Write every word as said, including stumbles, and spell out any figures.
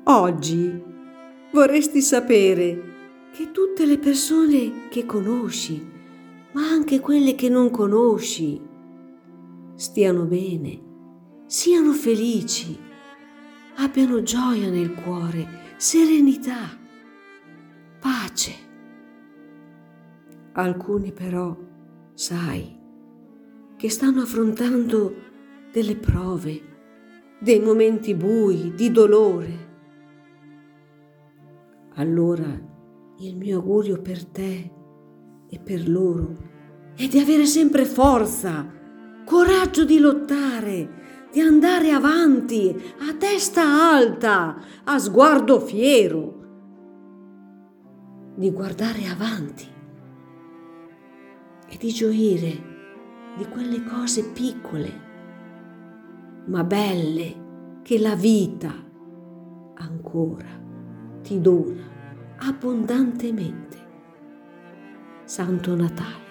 Oggi vorresti sapere che tutte le persone che conosci, ma anche quelle che non conosci, stiano bene, siano felici, abbiano gioia nel cuore, serenità, pace. Alcuni però, sai, che stanno affrontando delle prove, dei momenti bui, di dolore. Allora il mio augurio per te e per loro è di avere sempre forza, coraggio di lottare, di andare avanti a testa alta, a sguardo fiero, di guardare avanti e di gioire di quelle cose piccole ma belle che la vita ancora ti dona abbondantemente. Santo Natale.